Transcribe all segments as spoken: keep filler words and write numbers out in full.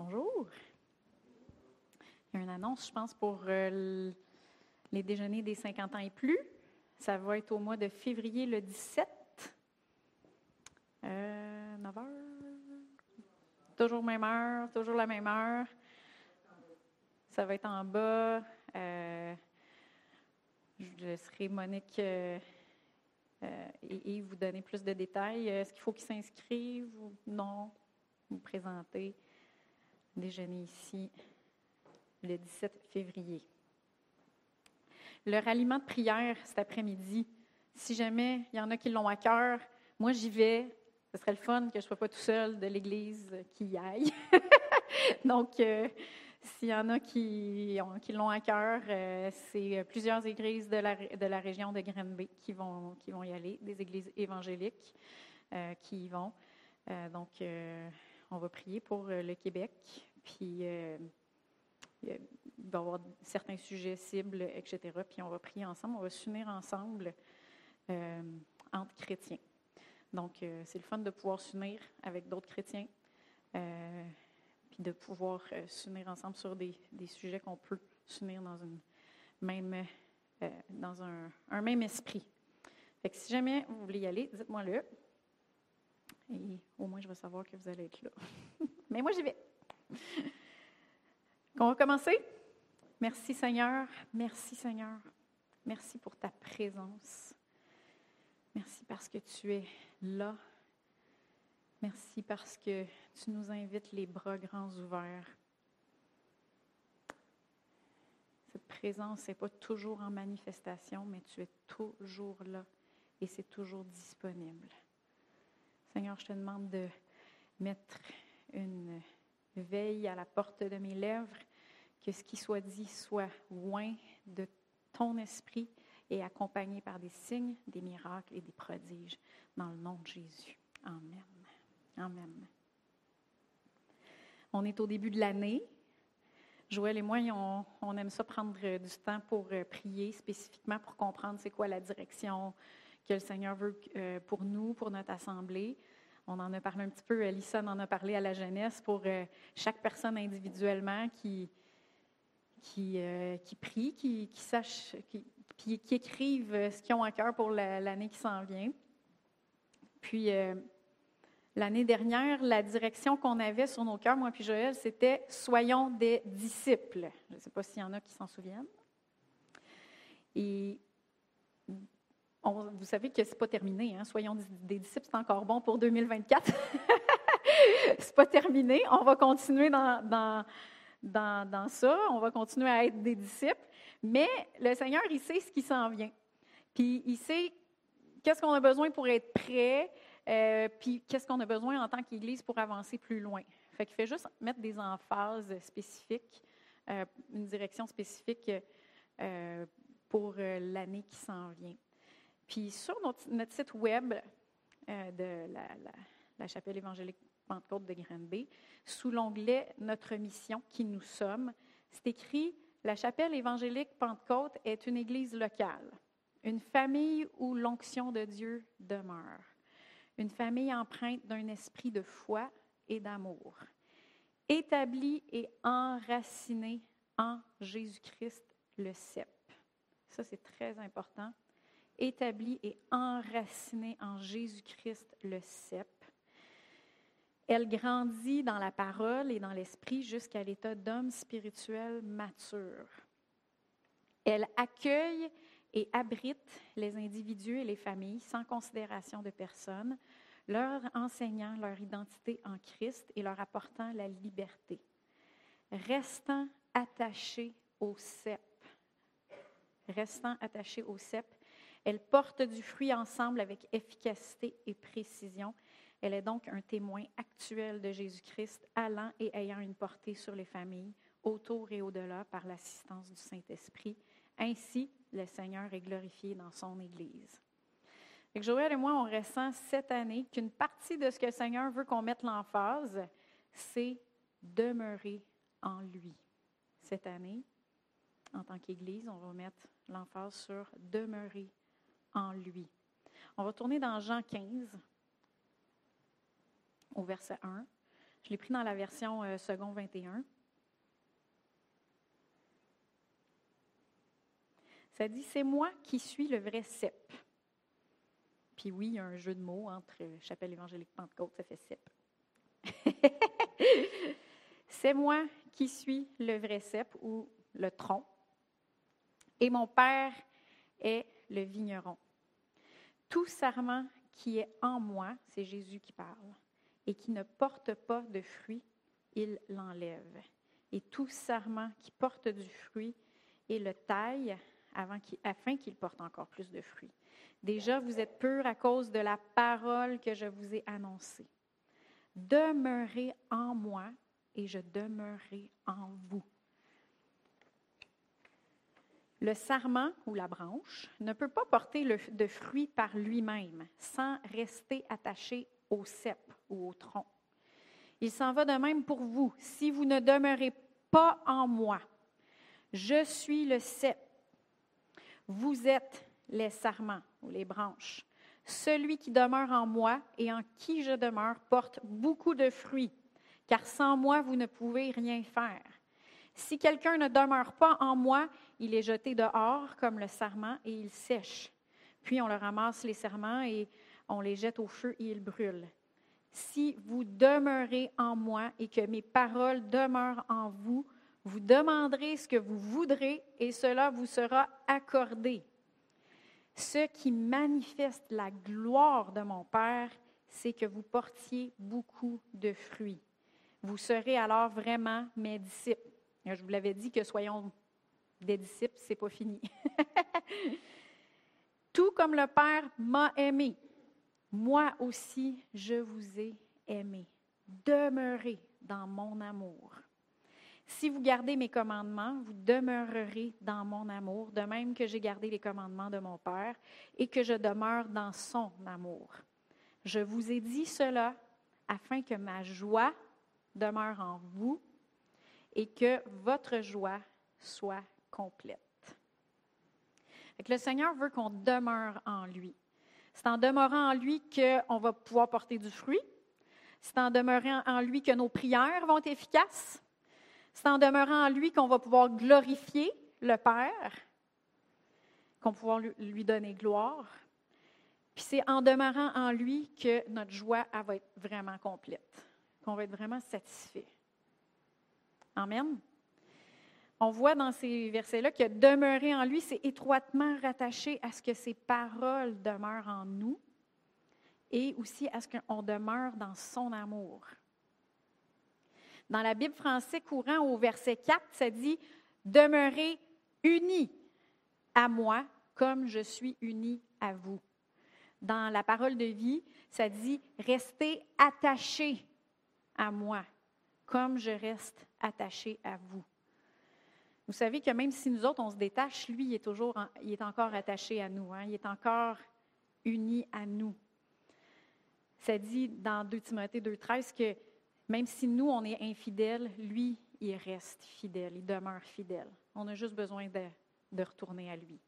Bonjour. Il y a une annonce, je pense, pour euh, les déjeuners des cinquante ans et plus. Ça va être au mois de février le dix-sept. Euh, neuf heures. Toujours même heure, toujours la même heure. Ça va être en bas. Euh, je laisserai Monique euh, euh, et Yves vous donner plus de détails. Est-ce qu'il faut qu'ils s'inscrivent ou non? Vous présentez. Déjeuner ici le dix-sept février. Le ralliement de prière cet après-midi, si jamais il y en a qui l'ont à cœur, moi j'y vais. Ce serait le fun que je ne sois pas tout seul de l'Église qui y aille. Donc, euh, s'il y en a qui, ont, qui l'ont à cœur, euh, c'est plusieurs églises de la, de la région de Granby qui vont, qui vont y aller, des églises évangéliques euh, qui y vont. Euh, donc, euh, on va prier pour euh, le Québec, puis euh, il va y avoir certains sujets cibles, et cetera. Puis on va prier ensemble, on va s'unir ensemble euh, entre chrétiens. Donc, euh, c'est le fun de pouvoir s'unir avec d'autres chrétiens, euh, puis de pouvoir euh, s'unir ensemble sur des, des sujets qu'on peut s'unir dans une même, euh, dans un, un même esprit. Fait que si jamais vous voulez y aller, dites-moi-le. Et au moins, je vais savoir que vous allez être là. Mais moi, j'y vais. On va commencer? Merci Seigneur, merci Seigneur. Merci pour ta présence. Merci parce que tu es là. Merci parce que tu nous invites les bras grands ouverts. Cette présence n'est pas toujours en manifestation, mais tu es toujours là et c'est toujours disponible. Seigneur, je te demande de mettre une veille à la porte de mes lèvres, que ce qui soit dit soit loin de ton esprit et accompagné par des signes, des miracles et des prodiges. Dans le nom de Jésus. Amen. Amen. On est au début de l'année. Joël et moi, on, on aime ça prendre du temps pour prier spécifiquement pour comprendre c'est quoi la direction que le Seigneur veut pour nous, pour notre assemblée. On en a parlé un petit peu, Alissa en a parlé à la jeunesse, pour chaque personne individuellement qui, qui, euh, qui prie, qui, qui sache, qui, puis qui écrivent ce qu'ils ont à cœur pour la, l'année qui s'en vient. Puis, euh, l'année dernière, la direction qu'on avait sur nos cœurs, moi puis Joël, c'était « Soyons des disciples ». Je ne sais pas s'il y en a qui s'en souviennent. Et on, vous savez que ce n'est pas terminé, hein? « Soyons des disciples », c'est encore bon pour deux mille vingt-quatre. Ce n'est pas terminé, on va continuer dans, dans, dans, dans ça, on va continuer à être des disciples, mais le Seigneur, il sait ce qui s'en vient. Puis il sait qu'est-ce qu'on a besoin pour être prêt, Euh, puis, qu'est-ce qu'on a besoin en tant qu'Église pour avancer plus loin? Fait qu'il fait juste mettre des emphases spécifiques, euh, une direction spécifique euh, pour euh, l'année qui s'en vient. Puis, sur notre, notre site web euh, de la, la, la Chapelle évangélique Pentecôte de Granby, sous l'onglet « Notre mission, qui nous sommes », c'est écrit « La Chapelle évangélique Pentecôte est une Église locale, une famille où l'onction de Dieu demeure. Une famille empreinte d'un esprit de foi et d'amour, établie et enracinée en Jésus-Christ le cep. » Ça, c'est très important. Établie et enracinée en Jésus-Christ le cep. Elle grandit dans la parole et dans l'esprit jusqu'à l'état d'homme spirituel mature. Elle accueille et abrite les individus et les familles sans considération de personne, leur enseignant leur identité en Christ et leur apportant la liberté. Restant attachés au cep, restant attachés au cep, elle porte du fruit ensemble avec efficacité et précision. Elle est donc un témoin actuel de Jésus-Christ, allant et ayant une portée sur les familles, autour et au-delà par l'assistance du Saint-Esprit. Ainsi, le Seigneur est glorifié dans son Église. Fait que Joël et moi, on ressent cette année qu'une partie de ce que le Seigneur veut qu'on mette l'emphase, c'est demeurer en lui. Cette année, en tant qu'Église, on va mettre l'emphase sur demeurer en lui. On va tourner dans Jean quinze, au verset un. Je l'ai pris dans la version euh, second vingt et un. Ça dit, c'est moi qui suis le vrai cep. Puis oui, il y a un jeu de mots entre Chapelle évangélique Pentecôte, ça fait cep. C'est moi qui suis le vrai cep ou le tronc. Et mon Père est le vigneron. Tout sarment qui est en moi, c'est Jésus qui parle, et qui ne porte pas de fruit, il l'enlève. Et tout sarment qui porte du fruit, il le taille avant qu'il, afin qu'il porte encore plus de fruits. Déjà, vous êtes purs à cause de la parole que je vous ai annoncée. Demeurez en moi et je demeurerai en vous. Le sarment ou la branche ne peut pas porter le, de fruits par lui-même sans rester attaché au cep ou au tronc. Il s'en va de même pour vous. Si vous ne demeurez pas en moi, je suis le cep. Vous êtes les sarments ou les branches. Celui qui demeure en moi et en qui je demeure porte beaucoup de fruits, car sans moi, vous ne pouvez rien faire. Si quelqu'un ne demeure pas en moi, il est jeté dehors comme le sarment et il sèche. Puis on le ramasse les sarments et on les jette au feu et ils brûlent. Si vous demeurez en moi et que mes paroles demeurent en vous, vous demanderez ce que vous voudrez et cela vous sera accordé. Ce qui manifeste la gloire de mon Père, c'est que vous portiez beaucoup de fruits. Vous serez alors vraiment mes disciples. Je vous l'avais dit que soyons des disciples, ce n'est pas fini. Tout comme le Père m'a aimé, moi aussi je vous ai aimé. Demeurez dans mon amour. Si vous gardez mes commandements, vous demeurerez dans mon amour, de même que j'ai gardé les commandements de mon Père et que je demeure dans son amour. Je vous ai dit cela afin que ma joie demeure en vous et que votre joie soit complète. Donc, le Seigneur veut qu'on demeure en lui. C'est en demeurant en lui qu'on va pouvoir porter du fruit. C'est en demeurant en lui que nos prières vont être efficaces. C'est en demeurant en lui qu'on va pouvoir glorifier le Père, qu'on va pouvoir lui donner gloire. Puis c'est en demeurant en lui que notre joie elle va être vraiment complète, qu'on va être vraiment satisfait. Amen. On voit dans ces versets-là que demeurer en lui, c'est étroitement rattaché à ce que ses paroles demeurent en nous et aussi à ce qu'on demeure dans son amour. Dans la Bible français courant, au verset quatre, ça dit « Demeurez unis à moi comme je suis uni à vous ». Dans la parole de vie, ça dit « Restez attachés à moi comme je reste attaché à vous ». Vous savez que même si nous autres, on se détache, lui, il est, toujours, en, il est encore attaché à nous. Hein? Il est encore uni à nous. Ça dit dans deux Timothée deux treize que même si nous, on est infidèles, lui, il reste fidèle, il demeure fidèle. On a juste besoin de, de retourner à lui.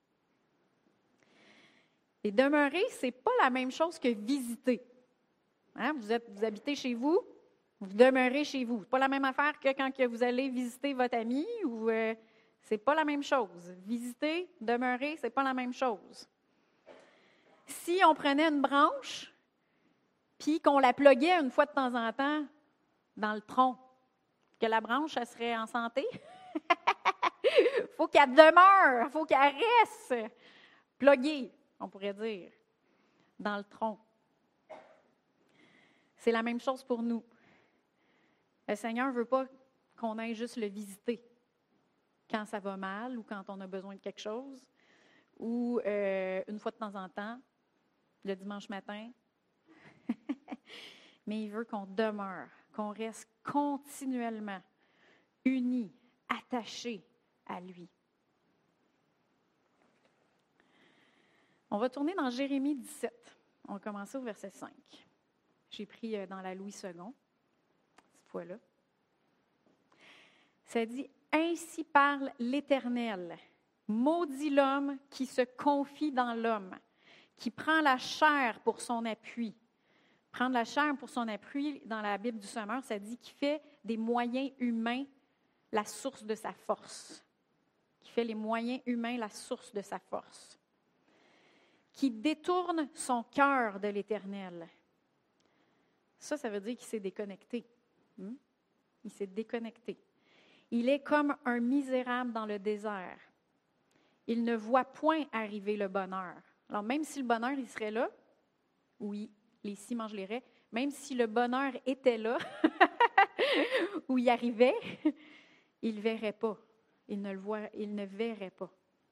Et demeurer, ce n'est pas la même chose que visiter. Hein? Vous, êtes, vous habitez chez vous, vous demeurez chez vous. Ce n'est pas la même affaire que quand que vous allez visiter votre ami. Ou, euh, ce n'est pas la même chose. Visiter, demeurer, ce n'est pas la même chose. Si on prenait une branche, puis qu'on la pluguait une fois de temps en temps dans le tronc, que la branche, elle serait en santé. Il faut qu'elle demeure, il faut qu'elle reste pluguée, on pourrait dire, dans le tronc. C'est la même chose pour nous. Le Seigneur ne veut pas qu'on aille juste le visiter quand ça va mal ou quand on a besoin de quelque chose, ou euh, une fois de temps en temps, le dimanche matin. Mais il veut qu'on demeure, qu'on reste continuellement unis, attachés à lui. On va tourner dans Jérémie dix-sept. On va commencer au verset cinq. J'ai pris dans la Louis second, cette fois-là. Ça dit « Ainsi parle l'Éternel, maudit l'homme qui se confie dans l'homme, qui prend la chair pour son appui. Prendre la chair pour son appui, dans la Bible du Sommeur, ça dit qu'il fait des moyens humains la source de sa force. Qui fait les moyens humains la source de sa force. Qui détourne son cœur de l'Éternel. Ça, ça veut dire qu'il s'est déconnecté. Hmm? Il s'est déconnecté. Il est comme un misérable dans le désert. Il ne voit point arriver le bonheur. Alors, même si le bonheur, il serait là, oui, les scies mangent les raies, même si le bonheur était là, où il arrivait, il ne verrait pas. Il ne le voit, il ne verrait pas.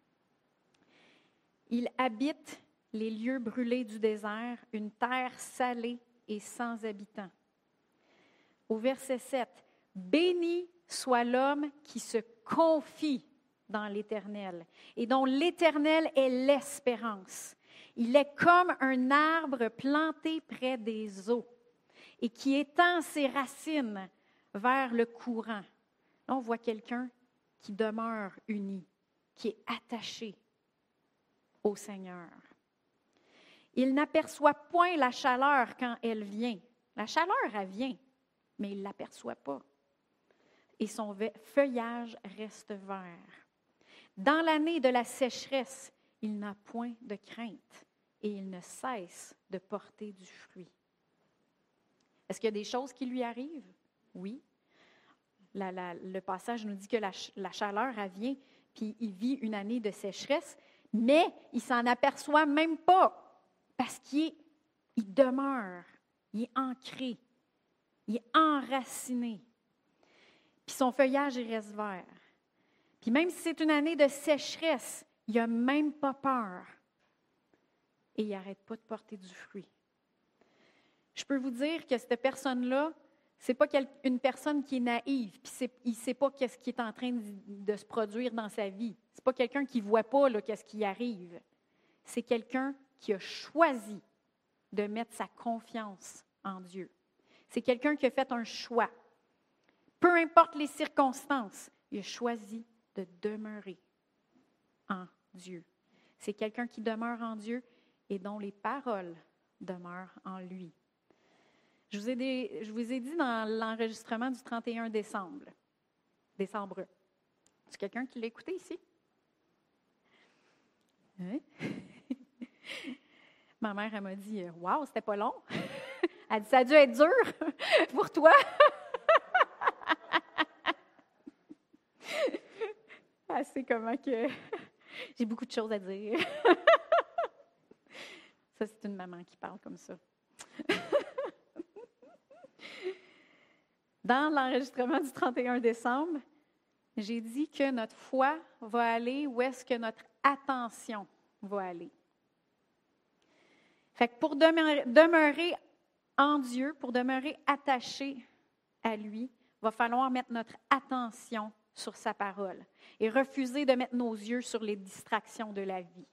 Il habite les lieux brûlés du désert, une terre salée et sans habitants. Au verset sept, « Béni soit l'homme qui se confie dans l'Éternel et dont l'Éternel est l'espérance. Il est comme un arbre planté près des eaux et qui étend ses racines vers le courant. » Là, on voit quelqu'un qui demeure uni, qui est attaché au Seigneur. Il n'aperçoit point la chaleur quand elle vient. La chaleur, elle vient, mais il ne l'aperçoit pas. Et son feuillage reste vert. Dans l'année de la sécheresse, il n'a point de crainte et il ne cesse de porter du fruit. Est-ce qu'il y a des choses qui lui arrivent? Oui. La, la, le passage nous dit que la, la chaleur, elle vient, puis il vit une année de sécheresse, mais il ne s'en aperçoit même pas. Parce qu'il est, il demeure, il est ancré, il est enraciné. Puis son feuillage, il reste vert. Puis même si c'est une année de sécheresse, il n'a même pas peur. Et il n'arrête pas de porter du fruit. Je peux vous dire que cette personne-là, ce n'est pas une personne qui est naïve, puis il ne sait pas qu'est-ce qui est en train de, de se produire dans sa vie. Ce n'est pas quelqu'un qui ne voit pas là, qu'est-ce qui arrive. C'est quelqu'un qui a choisi de mettre sa confiance en Dieu. C'est quelqu'un qui a fait un choix. Peu importe les circonstances, il a choisi de demeurer en Dieu. C'est quelqu'un qui demeure en Dieu et dont les paroles demeurent en lui. Je vous ai, des, je vous ai dit dans l'enregistrement du trente et un décembre. Décembre. Est-ce quelqu'un qui l'a écouté ici? Hein? Ma mère, elle m'a dit « Wow, c'était pas long! » Elle dit « Ça a dû être dur pour toi! » Elle sait comment que j'ai beaucoup de choses à dire. Ça, c'est une maman qui parle comme ça. Dans l'enregistrement du trente et un décembre, j'ai dit que notre foi va aller où est-ce que notre attention va aller. Fait que pour demeurer, demeurer en Dieu, pour demeurer attaché à lui, il va falloir mettre notre attention sur sa parole et refuser de mettre nos yeux sur les distractions de la vie.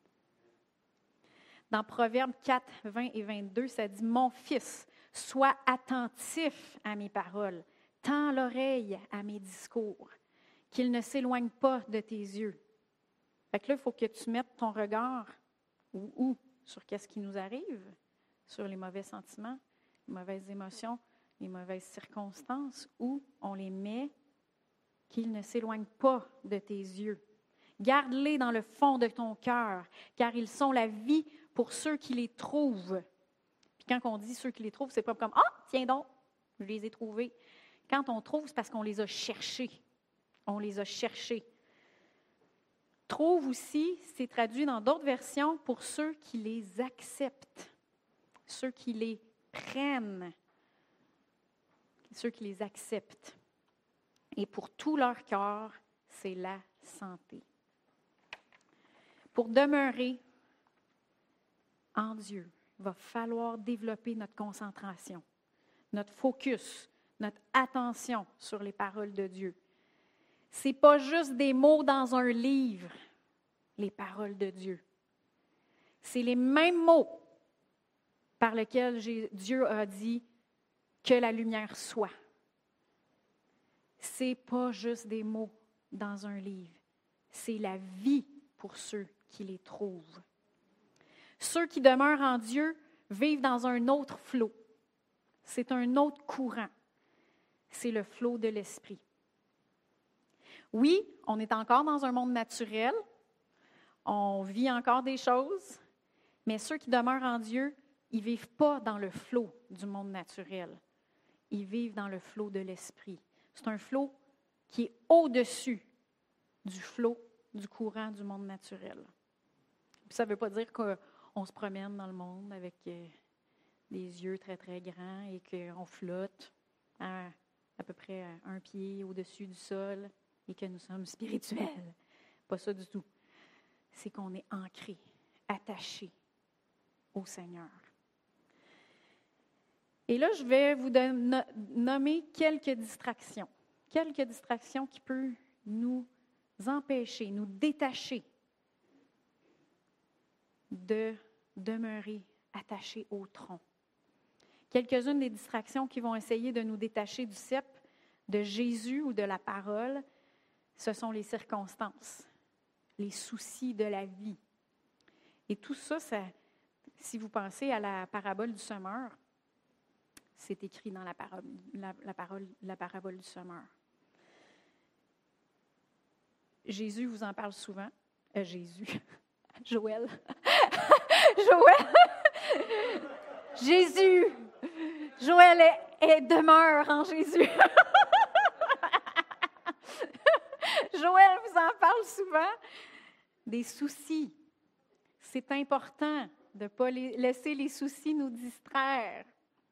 Dans Proverbes quatre, vingt et vingt-deux, ça dit « Mon fils, sois attentif à mes paroles, tends l'oreille à mes discours, qu'ils ne s'éloignent pas de tes yeux. » Fait que là, il faut que tu mettes ton regard où, où? Sur qu'est-ce qui nous arrive, sur les mauvais sentiments, les mauvaises émotions, les mauvaises circonstances, où on les met, qu'ils ne s'éloignent pas de tes yeux. Garde-les dans le fond de ton cœur, car ils sont la vie pour ceux qui les trouvent. Puis quand on dit ceux qui les trouvent, c'est pas comme « Ah, tiens donc, je les ai trouvés. » Quand on trouve, c'est parce qu'on les a cherchés. On les a cherchés. Trouve aussi, c'est traduit dans d'autres versions, pour ceux qui les acceptent, ceux qui les prennent, ceux qui les acceptent. Et pour tout leur cœur, c'est la santé. Pour demeurer en Dieu, il va falloir développer notre concentration, notre focus, notre attention sur les paroles de Dieu. Ce n'est pas juste des mots dans un livre, les paroles de Dieu. C'est les mêmes mots par lesquels Dieu a dit que la lumière soit. Ce n'est pas juste des mots dans un livre. C'est la vie pour ceux qui les trouvent. Ceux qui demeurent en Dieu vivre dans un autre flot. C'est un autre courant. C'est le flot de l'esprit. Oui, on est encore dans un monde naturel. On vit encore des choses. Mais ceux qui demeurent en Dieu, ils ne vivent pas dans le flot du monde naturel. Ils vivent dans le flot de l'esprit. C'est un flot qui est au-dessus du flot du courant du monde naturel. Puis ça ne veut pas dire qu'on se promène dans le monde avec euh, des yeux très, très grands et qu'on flotte à, à peu près un pied au-dessus du sol et que nous sommes spirituels. Pas ça du tout. C'est qu'on est ancré, attaché au Seigneur. Et là, je vais vous don- nommer quelques distractions. Quelques distractions qui peuvent nous empêcher, nous détacher de demeurer attachés au tronc. Quelques-unes des distractions qui vont essayer de nous détacher du cep, de Jésus ou de la parole, ce sont les circonstances, les soucis de la vie. Et tout ça, ça si vous pensez à la parabole du semeur, c'est écrit dans la parole, la, la, parole, la parabole du semeur. Jésus vous en parle souvent. Euh, Jésus. Joël. Joël. Jésus. Joël est, est demeure en Jésus. Joël vous en parle souvent. Des soucis. C'est important de ne pas les, laisser les soucis nous distraire.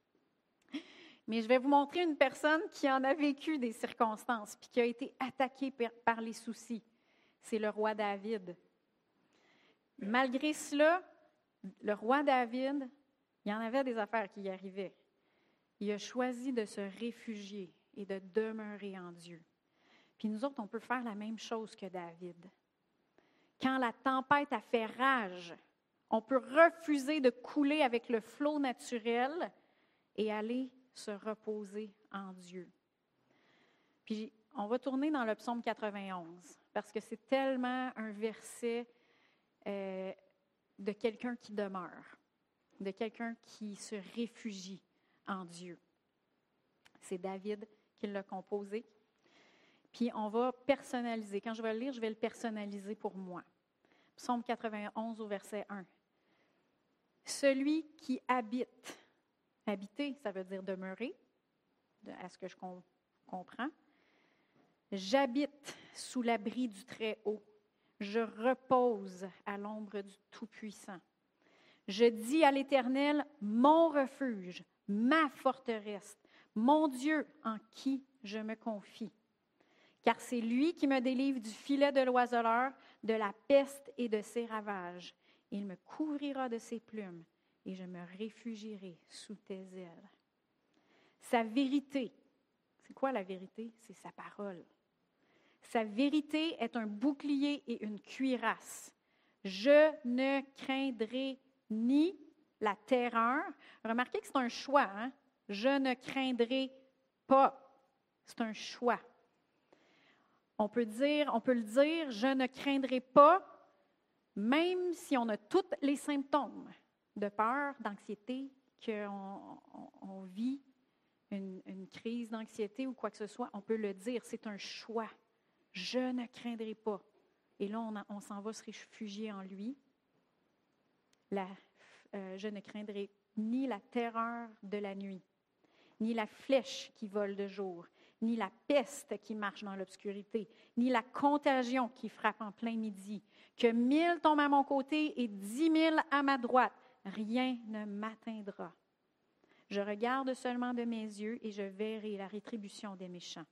Mais je vais vous montrer une personne qui en a vécu des circonstances puis qui a été attaquée par, par les soucis. C'est le roi David. Malgré cela, le roi David, il y en avait des affaires qui y arrivaient. Il a choisi de se réfugier et de demeurer en Dieu. Puis nous autres, on peut faire la même chose que David. Quand la tempête a fait rage, on peut refuser de couler avec le flot naturel et aller se reposer en Dieu. Puis, on va tourner dans le psaume quatre-vingt-onze, parce que c'est tellement un verset euh, de quelqu'un qui demeure, de quelqu'un qui se réfugie en Dieu. C'est David qui l'a composé. Puis, on va personnaliser. Quand je vais le lire, je vais le personnaliser pour moi. Psaume quatre-vingt-onze au verset un. Celui qui habite. Habiter, ça veut dire demeurer, à ce que je com- comprends. J'habite sous l'abri du Très-Haut. Je repose à l'ombre du Tout-Puissant. Je dis à l'Éternel, mon refuge, ma forteresse, mon Dieu en qui je me confie. Car c'est lui qui me délivre du filet de l'oiseleur, de la peste et de ses ravages. Il me couvrira de ses plumes. Et je me réfugierai sous tes ailes. Sa vérité, c'est quoi la vérité? C'est sa parole. Sa vérité est un bouclier et une cuirasse. Je ne craindrai ni la terreur. Remarquez que c'est un choix, hein? Je ne craindrai pas. C'est un choix. On peut dire, on peut le dire, je ne craindrai pas, même si on a tous les symptômes de peur, d'anxiété, qu'on on, on vit une, une crise d'anxiété ou quoi que ce soit, on peut le dire, c'est un choix. Je ne craindrai pas. Et là, on, a, on s'en va se réfugier en lui. La, euh, je ne craindrai ni la terreur de la nuit, ni la flèche qui vole de jour, ni la peste qui marche dans l'obscurité, ni la contagion qui frappe en plein midi. Que mille tombent à mon côté et dix mille à ma droite. Rien ne m'atteindra. Je regarde seulement de mes yeux et je verrai la rétribution des méchants.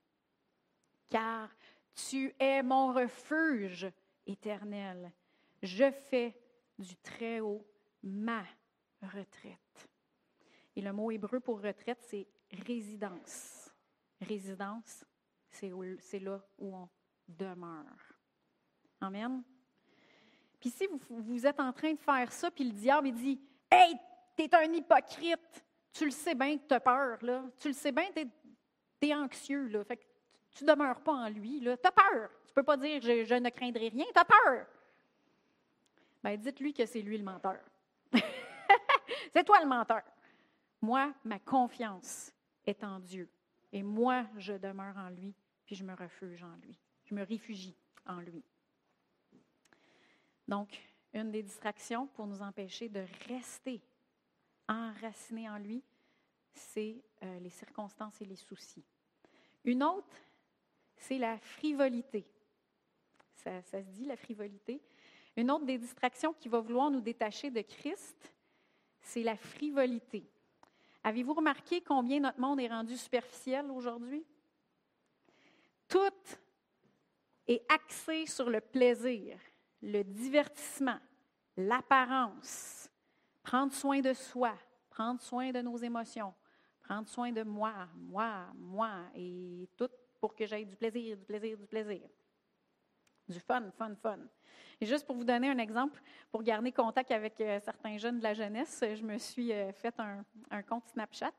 Car tu es mon refuge éternel. Je fais du Très-Haut ma retraite. Et le mot hébreu pour retraite, c'est résidence. Résidence, c'est, où, c'est là où on demeure. Amen. Puis si vous, vous êtes en train de faire ça, puis le diable il dit « Hey, t'es un hypocrite! Tu le sais bien que tu as peur, là. Tu le sais bien que tu es anxieux, là. Fait que tu ne demeures pas en lui, là. Tu as peur. Tu ne peux pas dire je, « Je ne craindrai rien. » Tu as peur. Bien, dites-lui que c'est lui le menteur. C'est toi le menteur. Moi, ma confiance est en Dieu. Et moi, je demeure en lui, puis je me refuge en lui. Je me réfugie en lui. Donc, une des distractions pour nous empêcher de rester enracinés en lui, c'est euh, les circonstances et les soucis. Une autre, c'est la frivolité. Ça, ça se dit, la frivolité. Une autre des distractions qui va vouloir nous détacher de Christ, c'est la frivolité. Avez-vous remarqué combien notre monde est rendu superficiel aujourd'hui? Tout est axé sur le plaisir, le divertissement, l'apparence, prendre soin de soi, prendre soin de nos émotions, prendre soin de moi, moi, moi, et tout pour que j'aie du plaisir, du plaisir, du plaisir. Du fun, fun, fun. Et juste pour vous donner un exemple, pour garder contact avec euh, certains jeunes de la jeunesse, je me suis euh, fait un, un compte Snapchat.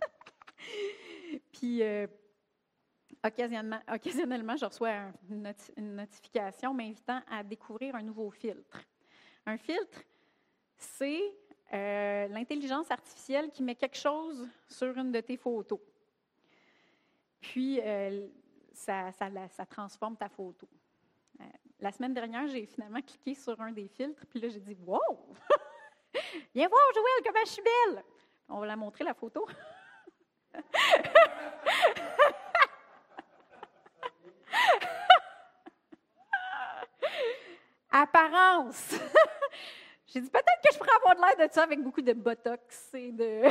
Puis, euh, occasionnellement, occasionnellement, je reçois un, une, noti- une notification m'invitant à découvrir un nouveau filtre. Un filtre, c'est euh, l'intelligence artificielle qui met quelque chose sur une de tes photos. Puis, euh, ça, ça, ça transforme ta photo. Euh, la semaine dernière, j'ai finalement cliqué sur un des filtres, puis là, j'ai dit « Wow! Viens voir, Joël, comment je suis belle! » On va la montrer, la photo. Apparence! J'ai dit peut-être que je pourrais avoir de l'air de ça avec beaucoup de botox et de,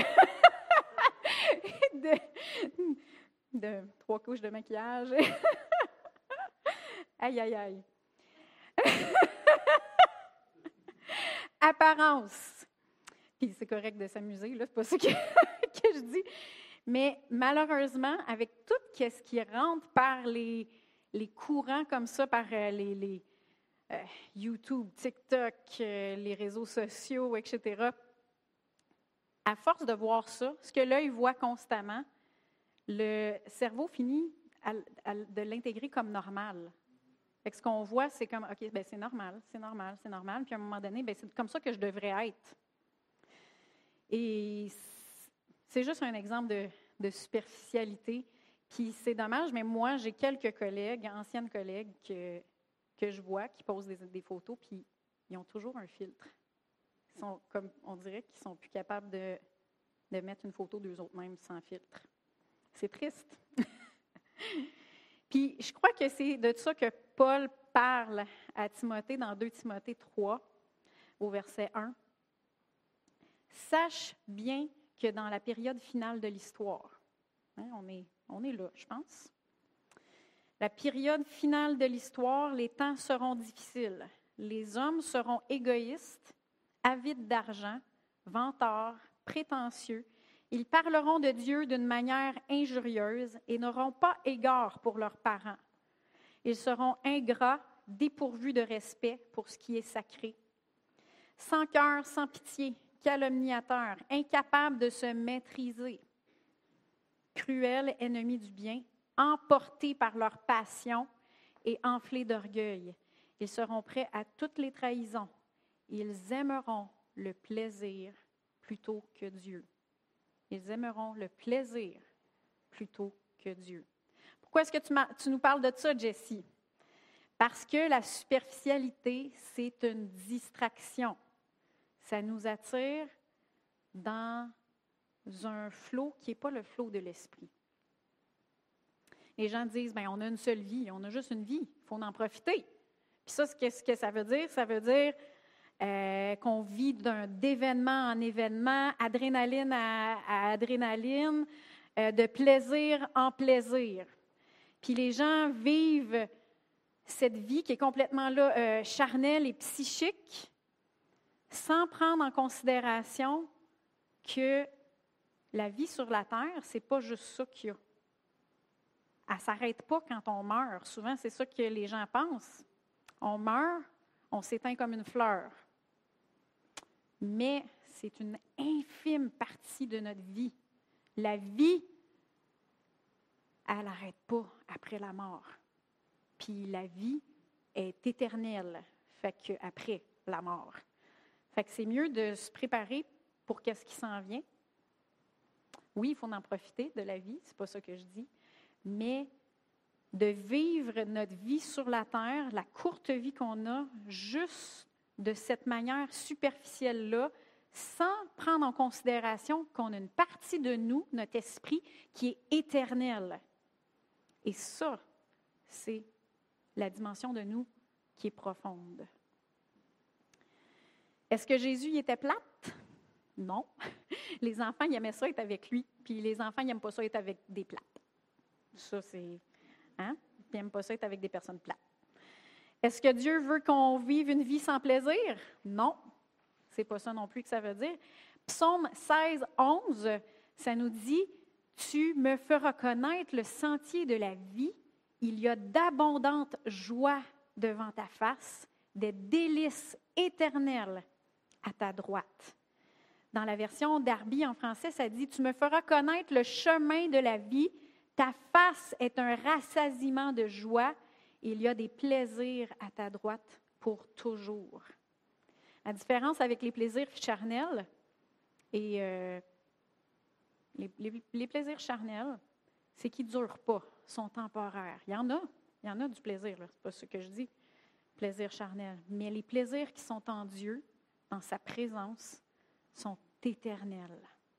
de, de trois couches de maquillage. Aïe, aïe, aïe. Apparence. Puis c'est correct de s'amuser, là, c'est pas ça que, que je dis. Mais malheureusement, avec tout ce qui rentre par les, les courants comme ça, par euh, les, les euh, YouTube, TikTok, euh, les réseaux sociaux, et cetera, à force de voir ça, ce que l'œil voit constamment, le cerveau finit à, à, de l'intégrer comme normal. Fait que ce qu'on voit, c'est comme, OK, ben c'est normal, c'est normal, c'est normal. Puis à un moment donné, ben c'est comme ça que je devrais être. Et c'est juste un exemple de, de superficialité. Puis c'est dommage, mais moi, j'ai quelques collègues, anciennes collègues, que, que je vois qui posent des, des photos, puis ils ont toujours un filtre. Ils sont, comme on dirait qu'ils ne sont plus capables de, de mettre une photo d'eux autres mêmes sans filtre. C'est triste. Puis je crois que c'est de ça que Paul parle à Timothée dans deux Timothée trois, au verset un. Sache bien que dans la période finale de l'histoire, hein, on est, on est là, je pense. La période finale de l'histoire, les temps seront difficiles. Les hommes seront égoïstes, avides d'argent, vantards, prétentieux. Ils parleront de Dieu d'une manière injurieuse et n'auront pas égard pour leurs parents. Ils seront ingrats, dépourvus de respect pour ce qui est sacré. Sans cœur, sans pitié, calomniateurs, incapables de se maîtriser, cruels, ennemis du bien, emportés par leur passion et enflés d'orgueil. Ils seront prêts à toutes les trahisons. Ils aimeront le plaisir plutôt que Dieu. Ils aimeront le plaisir plutôt que Dieu. Pourquoi est-ce que tu, tu nous parles de ça, Jessie? Parce que la superficialité, c'est une distraction. Ça nous attire dans un flot qui n'est pas le flot de l'esprit. Les gens disent, bien, on a une seule vie, on a juste une vie, il faut en profiter. Puis ça, qu'est-ce que ça veut dire? Ça veut dire euh, qu'on vit d'un, d'événement en événement, adrénaline à, à adrénaline, euh, de plaisir en plaisir. Puis les gens vivent cette vie qui est complètement là, euh, charnelle et psychique, sans prendre en considération que la vie sur la terre, ce n'est pas juste ça qu'il y a. Elle ne s'arrête pas quand on meurt. Souvent, c'est ça que les gens pensent. On meurt, on s'éteint comme une fleur. Mais c'est une infime partie de notre vie. La vie, elle n'arrête pas après la mort. Puis la vie est éternelle, fait qu'après la mort. Fait que c'est mieux de se préparer pour qu'est-ce qui s'en vient. Oui, il faut en profiter de la vie, c'est pas ça que je dis, mais de vivre notre vie sur la terre, la courte vie qu'on a, juste de cette manière superficielle-là, sans prendre en considération qu'on a une partie de nous, notre esprit, qui est éternelle. Et ça, c'est la dimension de nous qui est profonde. Est-ce que Jésus il était plate? Non. Les enfants, ils aimaient ça être avec lui, puis les enfants, ils n'aiment pas ça être avec des plates. Ça, c'est... Hein? Ils n'aiment pas ça être avec des personnes plates. Est-ce que Dieu veut qu'on vive une vie sans plaisir? Non. C'est pas ça non plus que ça veut dire. Psaume seize, onze, ça nous dit « Tu me feras connaître le sentier de la vie. Il y a d'abondantes joies devant ta face, des délices éternelles à ta droite. » Dans la version Darby en français, ça dit « Tu me feras connaître le chemin de la vie. Ta face est un rassasiement de joie. Il y a des plaisirs à ta droite pour toujours. » La différence avec les plaisirs charnels, et euh, les, les, les plaisirs charnels, c'est qu'ils ne durent pas, sont temporaires. Il y en a, il y en a du plaisir, ce n'est pas ce que je dis, plaisir charnel. Mais les plaisirs qui sont en Dieu, dans sa présence, sont éternels.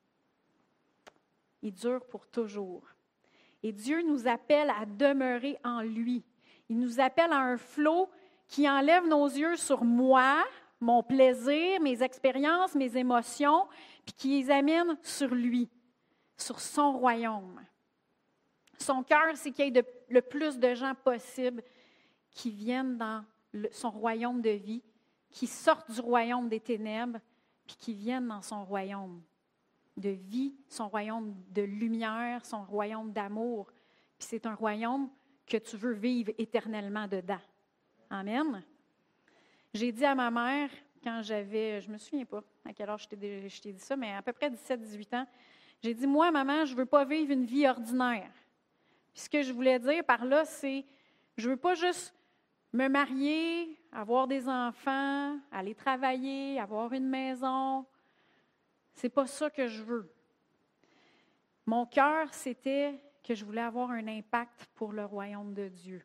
Ils durent pour toujours. Et Dieu nous appelle à demeurer en lui. Il nous appelle à un flot qui enlève nos yeux sur moi, mon plaisir, mes expériences, mes émotions, puis qui les amène sur lui, sur son royaume. Son cœur, c'est qu'il y ait de, le plus de gens possible qui viennent dans le, son royaume de vie, qui sortent du royaume des ténèbres, puis qui viennent dans son royaume de vie, son royaume de lumière, son royaume d'amour. Puis c'est un royaume que tu veux vivre éternellement dedans. Amen. J'ai dit à ma mère, quand j'avais, je ne me souviens pas à quel âge je t'ai, je t'ai dit ça, mais à peu près dix-sept à dix-huit ans, j'ai dit, moi, maman, je ne veux pas vivre une vie ordinaire. Puis ce que je voulais dire par là, c'est, je ne veux pas juste me marier, avoir des enfants, aller travailler, avoir une maison. C'est pas ça que je veux. Mon cœur, c'était que je voulais avoir un impact pour le royaume de Dieu.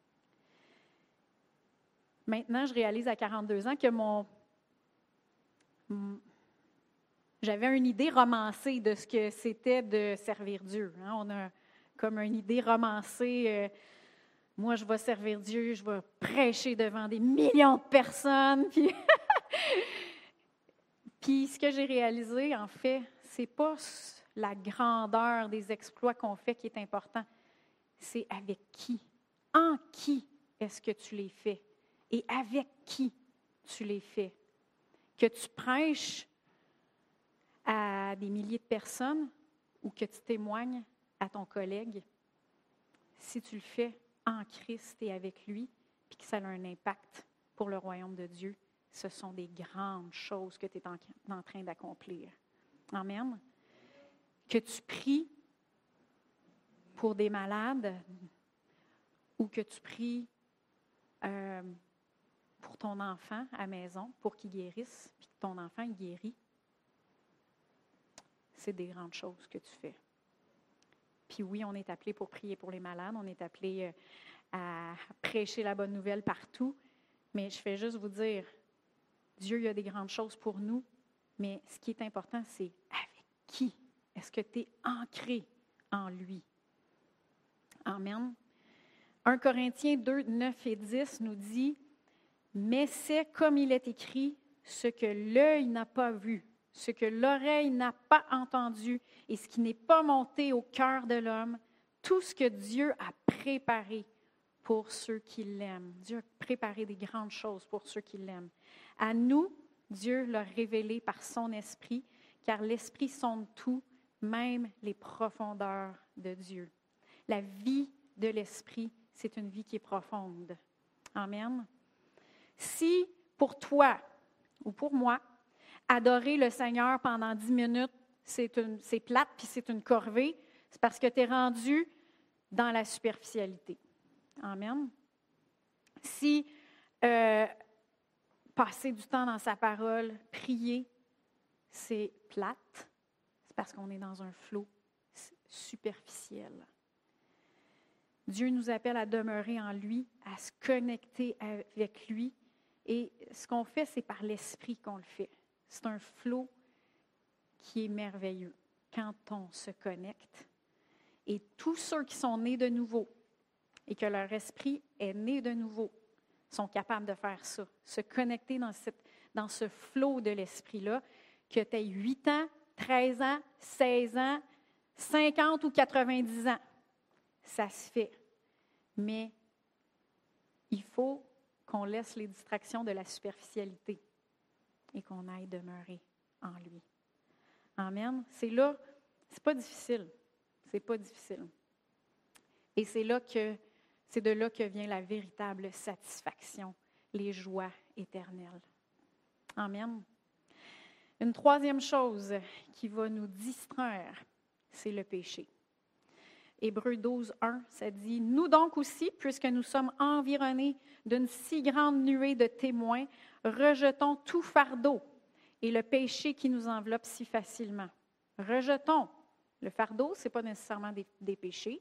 Maintenant, je réalise à quarante-deux ans que mon, j'avais une idée romancée de ce que c'était de servir Dieu. Hein? On a comme une idée romancée. Euh, moi, je vais servir Dieu, je vais prêcher devant des millions de personnes. Puis, puis ce que j'ai réalisé, en fait, c'est pas la grandeur des exploits qu'on fait qui est important. C'est avec qui, en qui est-ce que tu les fais et avec qui tu les fais. Que tu prêches à des milliers de personnes ou que tu témoignes à ton collègue, si tu le fais en Christ et avec lui, puis que ça a un impact pour le royaume de Dieu, ce sont des grandes choses que tu es en, en train d'accomplir. Amen. Que tu pries pour des malades ou que tu pries euh, pour ton enfant à la maison, pour qu'il guérisse, puis que ton enfant guérit, c'est des grandes choses que tu fais. Puis oui, on est appelé pour prier pour les malades, on est appelé à prêcher la bonne nouvelle partout, mais je fais juste vous dire, Dieu, il a des grandes choses pour nous, mais ce qui est important, c'est avec qui est-ce que tu es ancré en lui? Amen. un Corinthiens deux, neuf et dix nous dit, « Mais c'est comme il est écrit, ce que l'œil n'a pas vu, ce que l'oreille n'a pas entendu et ce qui n'est pas monté au cœur de l'homme, tout ce que Dieu a préparé pour ceux qui l'aiment. » Dieu a préparé des grandes choses pour ceux qui l'aiment. À nous, Dieu l'a révélé par son esprit, car l'esprit sonde tout, même les profondeurs de Dieu. La vie de l'esprit, c'est une vie qui est profonde. Amen. Si pour toi ou pour moi, adorer le Seigneur pendant dix minutes, c'est, une, c'est plate puis c'est une corvée, c'est parce que tu es rendu dans la superficialité. Amen. Si euh, passer du temps dans sa parole, prier, c'est plate, c'est parce qu'on est dans un flot superficiel. Dieu nous appelle à demeurer en lui, à se connecter avec lui. Et ce qu'on fait, c'est par l'Esprit qu'on le fait. C'est un flot qui est merveilleux quand on se connecte. Et tous ceux qui sont nés de nouveau et que leur esprit est né de nouveau sont capables de faire ça, se connecter dans, cette, dans ce flot de l'Esprit-là, que tu aies huit ans, treize ans, seize ans, cinquante ou quatre-vingt-dix ans. Ça se fait. Mais il faut qu'on laisse les distractions de la superficialité et qu'on aille demeurer en lui. Amen. C'est là, c'est pas difficile. C'est pas difficile. Et c'est là que, c'est de là que vient la véritable satisfaction, les joies éternelles. Amen. Une troisième chose qui va nous distraire, c'est le péché. Hébreux douze, un, ça dit « Nous donc aussi, puisque nous sommes environnés d'une si grande nuée de témoins, rejetons tout fardeau et le péché qui nous enveloppe si facilement. » Rejetons. Le fardeau, ce n'est pas nécessairement des, des péchés,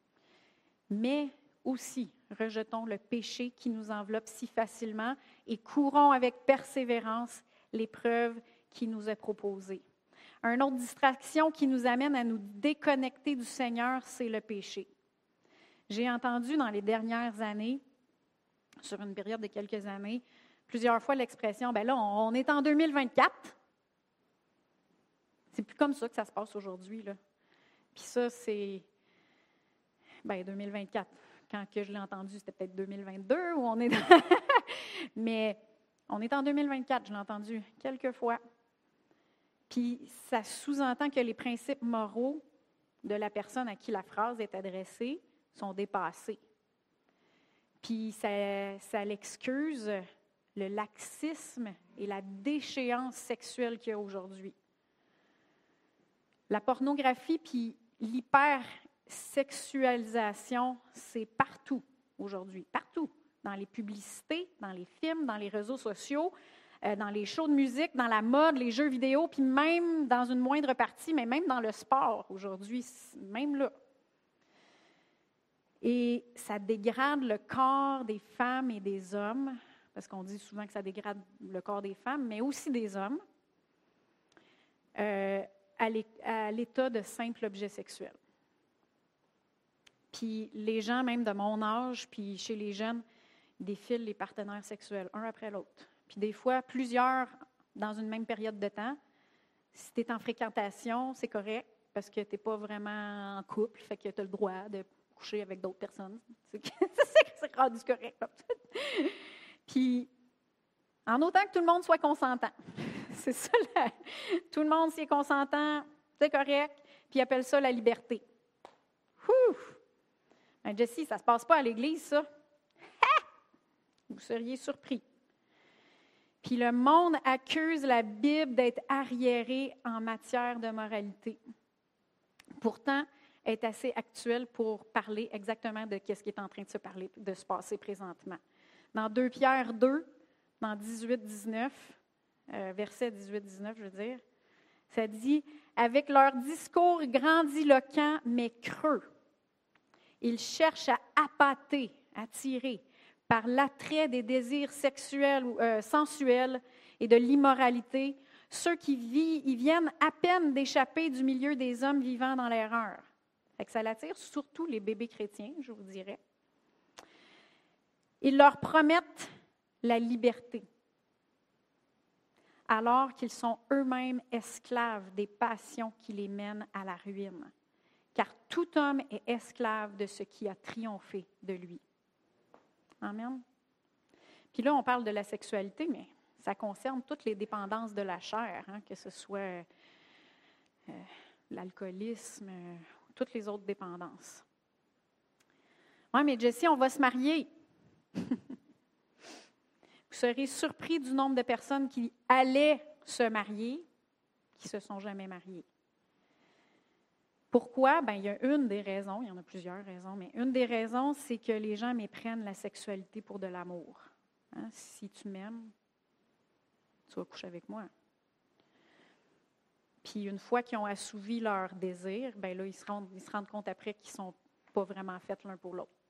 mais aussi rejetons le péché qui nous enveloppe si facilement et courons avec persévérance l'épreuve qui nous est proposée. Une autre distraction qui nous amène à nous déconnecter du Seigneur, c'est le péché. J'ai entendu dans les dernières années, sur une période de quelques années, plusieurs fois l'expression, ben là, on est en deux mille vingt-quatre. C'est plus comme ça que ça se passe aujourd'hui, là. Puis ça, c'est, ben deux mille vingt-quatre. Quand que je l'ai entendu, c'était peut-être deux mille vingt-deux, où on est dans... Mais on est en deux mille vingt-quatre, je l'ai entendu quelques fois. Puis ça sous-entend que les principes moraux de la personne à qui la phrase est adressée sont dépassés. Puis ça, ça l'excuse le laxisme et la déchéance sexuelle qu'il y a aujourd'hui. La pornographie puis l'hypersexualisation, c'est partout aujourd'hui, partout. Dans les publicités, dans les films, dans les réseaux sociaux, euh, dans les shows de musique, dans la mode, les jeux vidéo, puis même dans une moindre partie, mais même dans le sport aujourd'hui, même là. Et ça dégrade le corps des femmes et des hommes, parce qu'on dit souvent que ça dégrade le corps des femmes, mais aussi des hommes, euh, à l'état de simple objet sexuel. Puis les gens, même de mon âge, puis chez les jeunes, défilent les partenaires sexuels, un après l'autre. Puis des fois, plusieurs dans une même période de temps. Si tu es en fréquentation, c'est correct, parce que tu n'es pas vraiment en couple, fait que tu as le droit de coucher avec d'autres personnes. C'est, c'est rendu correct. Puis, en autant que tout le monde soit consentant. C'est ça, là. Tout le monde, s'y est consentant, c'est correct, puis il appelle ça la liberté. Ouh! Ben, Jessie, ça ne se passe pas à l'Église, ça. Ha! Vous seriez surpris. Puis le monde accuse la Bible d'être arriérée en matière de moralité. Pourtant, elle est assez actuelle pour parler exactement de ce qui est en train de se parler, de se passer présentement. Dans deux Pierre deux, dans dix-huit dix-neuf, euh, verset dix-huit dix-neuf, je veux dire, ça dit « Avec leur discours grandiloquent mais creux, ils cherchent à appâter, attirer, par l'attrait des désirs sexuels ou euh, sensuels et de l'immoralité, ceux qui vivent, ils viennent à peine d'échapper du milieu des hommes vivant dans l'erreur. » Fait que ça l'attire surtout les bébés chrétiens, je vous dirais. Ils leur promettent la liberté, alors qu'ils sont eux-mêmes esclaves des passions qui les mènent à la ruine. Car tout homme est esclave de ce qui a triomphé de lui. Amen. Puis là, on parle de la sexualité, mais ça concerne toutes les dépendances de la chair, hein, que ce soit euh, l'alcoolisme, euh, toutes les autres dépendances. Oui, mais Jessie, on va se marier. Vous serez surpris du nombre de personnes qui allaient se marier, qui ne se sont jamais mariées. Pourquoi? Bien, il y a une des raisons, il y en a plusieurs raisons, mais une des raisons, c'est que les gens méprennent la sexualité pour de l'amour. Hein? Si tu m'aimes, tu vas coucher avec moi. Puis une fois qu'ils ont assouvi leur désir, bien là, ils se rendent, ils se rendent compte après qu'ils ne sont pas vraiment faits l'un pour l'autre.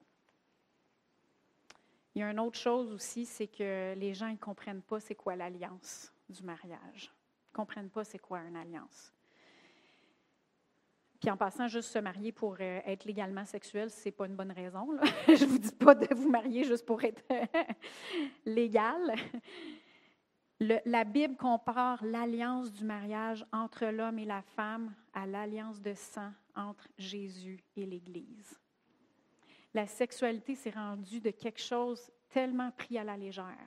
Il y a une autre chose aussi, c'est que les gens ne comprennent pas c'est quoi l'alliance du mariage. Ils ne comprennent pas c'est quoi une alliance. Puis en passant, juste se marier pour euh, être légalement sexuel, ce n'est pas une bonne raison, là. Je ne vous dis pas de vous marier juste pour être légal. Le, la Bible compare l'alliance du mariage entre l'homme et la femme à l'alliance de sang entre Jésus et l'Église. La sexualité s'est rendue de quelque chose tellement pris à la légère,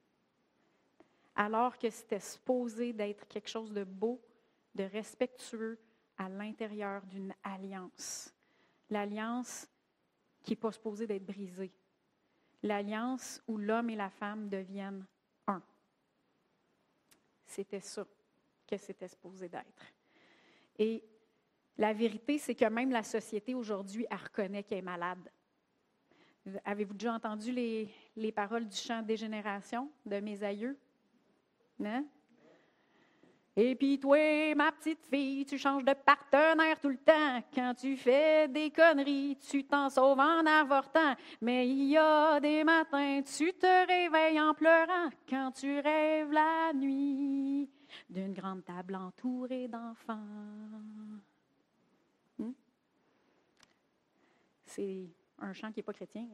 alors que c'était supposé d'être quelque chose de beau, de respectueux, à l'intérieur d'une alliance. L'alliance qui n'est pas supposée d'être brisée. L'alliance où l'homme et la femme deviennent un. C'était ça que c'était supposé d'être. Et la vérité, c'est que même la société aujourd'hui, elle reconnaît qu'elle est malade. Avez-vous déjà entendu les, les paroles du chant Dégénération de mes aïeux? Non? Et puis toi, ma petite fille, tu changes de partenaire tout le temps. Quand tu fais des conneries, tu t'en sauves en avortant. Mais il y a des matins, tu te réveilles en pleurant quand tu rêves la nuit d'une grande table entourée d'enfants. Hmm? C'est un chant qui n'est pas chrétien.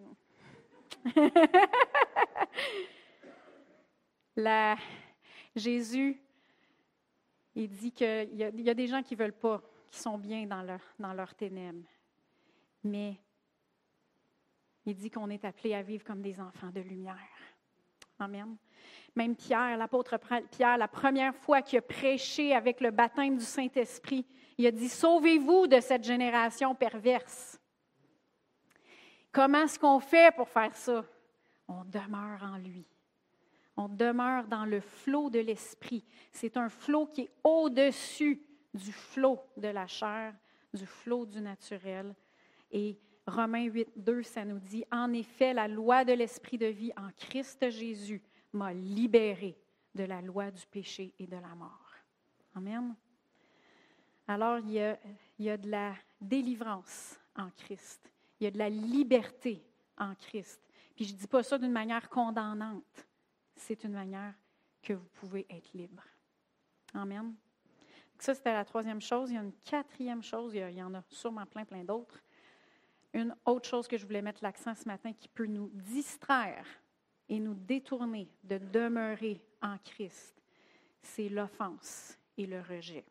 La... Jésus... Il dit qu'il y a, il y a des gens qui ne veulent pas, qui sont bien dans leur, dans leurs ténèbres. Mais il dit qu'on est appelé à vivre comme des enfants de lumière. Amen. Même Pierre, l'apôtre Pierre, la première fois qu'il a prêché avec le baptême du Saint-Esprit, il a dit « Sauvez-vous de cette génération perverse ». Comment est-ce qu'on fait pour faire ça? On demeure en lui. On demeure dans le flot de l'esprit. C'est un flot qui est au-dessus du flot de la chair, du flot du naturel. Et Romains huit, deux, ça nous dit, « En effet, la loi de l'esprit de vie en Christ Jésus m'a libéré de la loi du péché et de la mort. » Amen. Alors, il y a, il y a de la délivrance en Christ. Il y a de la liberté en Christ. Puis je ne dis pas ça d'une manière condamnante. C'est une manière que vous pouvez être libre. Amen. Ça, c'était la troisième chose. Il y a une quatrième chose, il y en a sûrement plein, plein d'autres. Une autre chose que je voulais mettre l'accent ce matin qui peut nous distraire et nous détourner de demeurer en Christ, c'est l'offense et le rejet.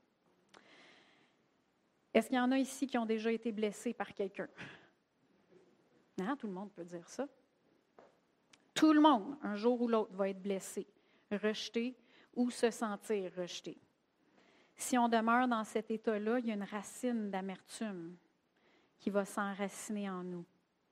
Est-ce qu'il y en a ici qui ont déjà été blessés par quelqu'un? Non, tout le monde peut dire ça. Tout le monde, un jour ou l'autre, va être blessé, rejeté ou se sentir rejeté. Si on demeure dans cet état-là, il y a une racine d'amertume qui va s'enraciner en nous.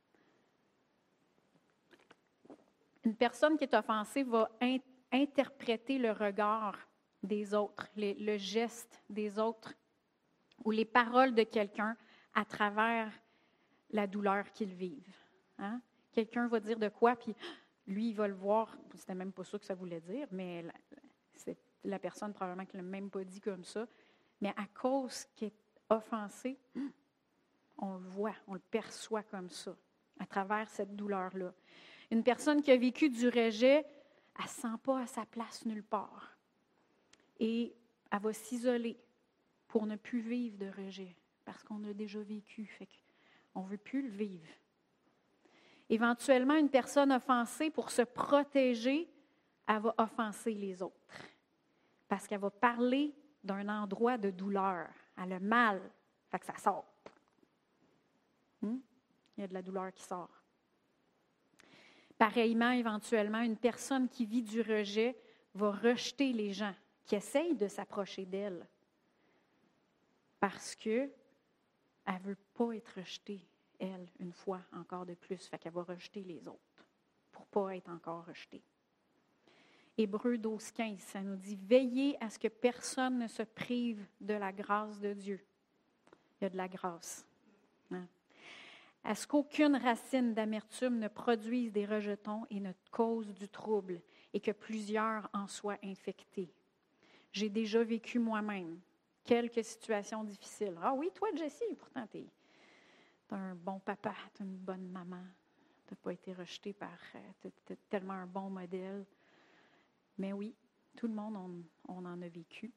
Une personne qui est offensée va in- interpréter le regard des autres, les, le geste des autres ou les paroles de quelqu'un à travers la douleur qu'ils vivent. Hein? Quelqu'un va dire de quoi, puis lui, il va le voir, c'était même pas ça que ça voulait dire, mais la, c'est la personne probablement qui ne l'a même pas dit comme ça, mais à cause qu'il est offensé, on le voit, on le perçoit comme ça, à travers cette douleur-là. Une personne qui a vécu du rejet, elle ne se sent pas à sa place nulle part. Et elle va s'isoler pour ne plus vivre de rejet, parce qu'on l'a déjà vécu, fait qu'on ne veut plus le vivre. Éventuellement, une personne offensée, pour se protéger, elle va offenser les autres. Parce qu'elle va parler d'un endroit de douleur. Elle a mal, fait que ça sort. Hum? Il y a de la douleur qui sort. Pareillement, éventuellement, une personne qui vit du rejet va rejeter les gens qui essayent de s'approcher d'elle parce qu'elle ne veut pas être rejetée, elle, une fois encore de plus. Fait qu'elle va rejeter les autres pour ne pas être encore rejetée. Hébreux douze, quinze, ça nous dit « Veillez à ce que personne ne se prive de la grâce de Dieu. » Il y a de la grâce. Hein? À ce qu'aucune racine d'amertume ne produise des rejetons et ne cause du trouble, et que plusieurs en soient infectés. J'ai déjà vécu moi-même quelques situations difficiles. Ah oui, toi, Jessie, pourtant, tu es un bon papa, tu es une bonne maman. Tu n'as pas été rejeté par... Tu es tellement un bon modèle. Mais oui, tout le monde, on, on en a vécu.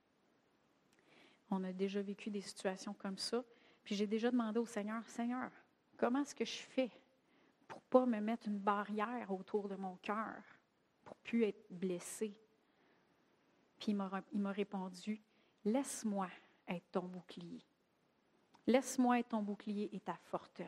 On a déjà vécu des situations comme ça. Puis j'ai déjà demandé au Seigneur, « Seigneur, comment est-ce que je fais pour ne pas me mettre une barrière autour de mon cœur, pour ne plus être blessé? » Puis il m'a, il m'a répondu, « Laisse-moi être ton bouclier. Laisse-moi être ton bouclier et ta forteresse. »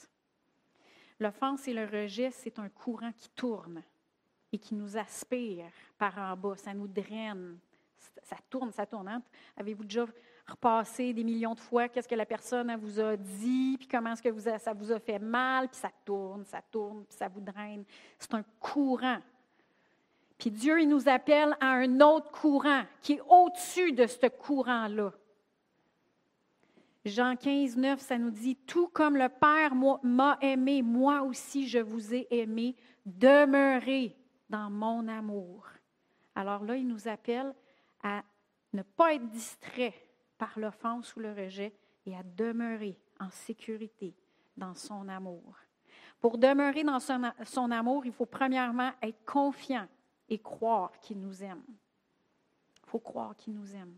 L'offense et le rejet, c'est un courant qui tourne et qui nous aspire par en bas. Ça nous draine. Ça tourne, ça tourne. Hein? Avez-vous déjà repassé des millions de fois qu'est-ce que la personne elle vous a dit, puis comment est-ce que vous a, ça vous a fait mal, puis ça tourne, ça tourne, puis ça vous draine. C'est un courant. Puis Dieu, il nous appelle à un autre courant qui est au-dessus de ce courant-là. Jean quinze, neuf, ça nous dit, « Tout comme le Père m'a aimé, moi aussi je vous ai aimé, demeurez dans mon amour. » Alors là, il nous appelle à ne pas être distrait par l'offense ou le rejet et à demeurer en sécurité dans son amour. Pour demeurer dans son, son amour, il faut premièrement être confiant et croire qu'il nous aime. Il faut croire qu'il nous aime.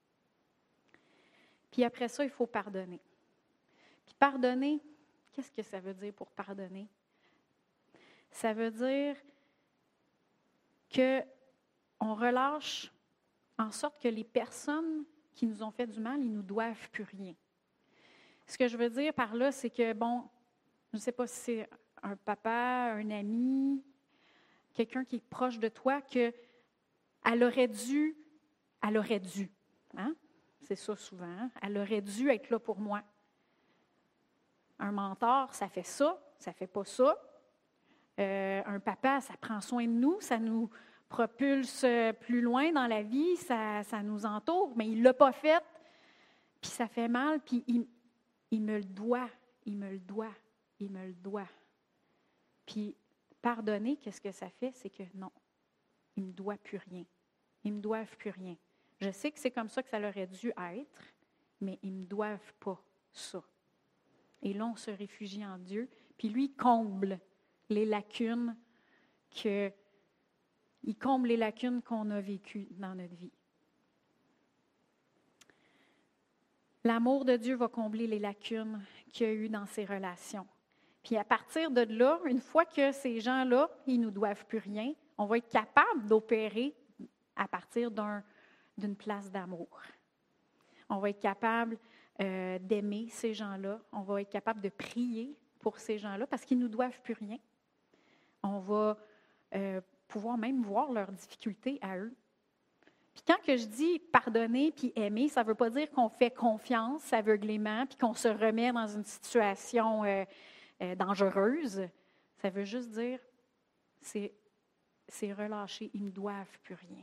Puis après ça, il faut pardonner. Puis pardonner, qu'est-ce que ça veut dire pour pardonner? Ça veut dire qu'on relâche en sorte que les personnes qui nous ont fait du mal, ils ne nous doivent plus rien. Ce que je veux dire par là, c'est que, bon, je ne sais pas si c'est un papa, un ami, quelqu'un qui est proche de toi, qu'elle aurait dû, elle aurait dû, hein? C'est ça souvent, hein? Elle aurait dû être là pour moi. Un mentor, ça fait ça, ça ne fait pas ça. Euh, un papa, ça prend soin de nous, ça nous propulse plus loin dans la vie, ça, ça nous entoure, mais il ne l'a pas fait, puis ça fait mal, puis il, il me le doit, il me le doit, il me le doit. Puis pardonner, qu'est-ce que ça fait? C'est que non, il ne me doit plus rien. Ils ne me doivent plus rien. Je sais que c'est comme ça que ça aurait dû être, mais ils ne me doivent pas ça. Et là, on se réfugie en Dieu, puis lui, il comble les lacunes que, il comble les lacunes qu'on a vécues dans notre vie. L'amour de Dieu va combler les lacunes qu'il y a eu dans ses relations. Puis à partir de là, une fois que ces gens-là, ils ne nous doivent plus rien, on va être capable d'opérer à partir d'un, d'une place d'amour. On va être capable euh, d'aimer ces gens-là. On va être capable de prier pour ces gens-là parce qu'ils ne nous doivent plus rien. On va euh, pouvoir même voir leurs difficultés à eux. Puis quand que je dis pardonner puis aimer, ça ne veut pas dire qu'on fait confiance aveuglément puis qu'on se remet dans une situation euh, euh, dangereuse. Ça veut juste dire, c'est, c'est relâché, ils ne doivent plus rien.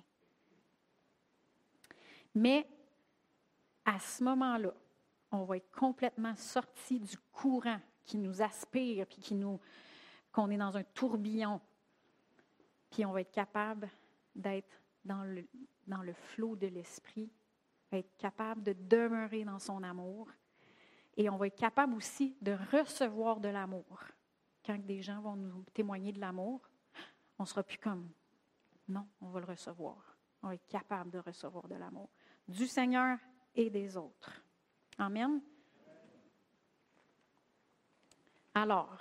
Mais à ce moment-là, on va être complètement sorti du courant qui nous aspire puis qui nous, qu'on est dans un tourbillon. Puis on va être capable d'être dans le, dans le flot de l'esprit, être capable de demeurer dans son amour. Et on va être capable aussi de recevoir de l'amour. Quand des gens vont nous témoigner de l'amour, on ne sera plus comme, non, on va le recevoir. On va être capable de recevoir de l'amour du Seigneur et des autres. Amen. Alors,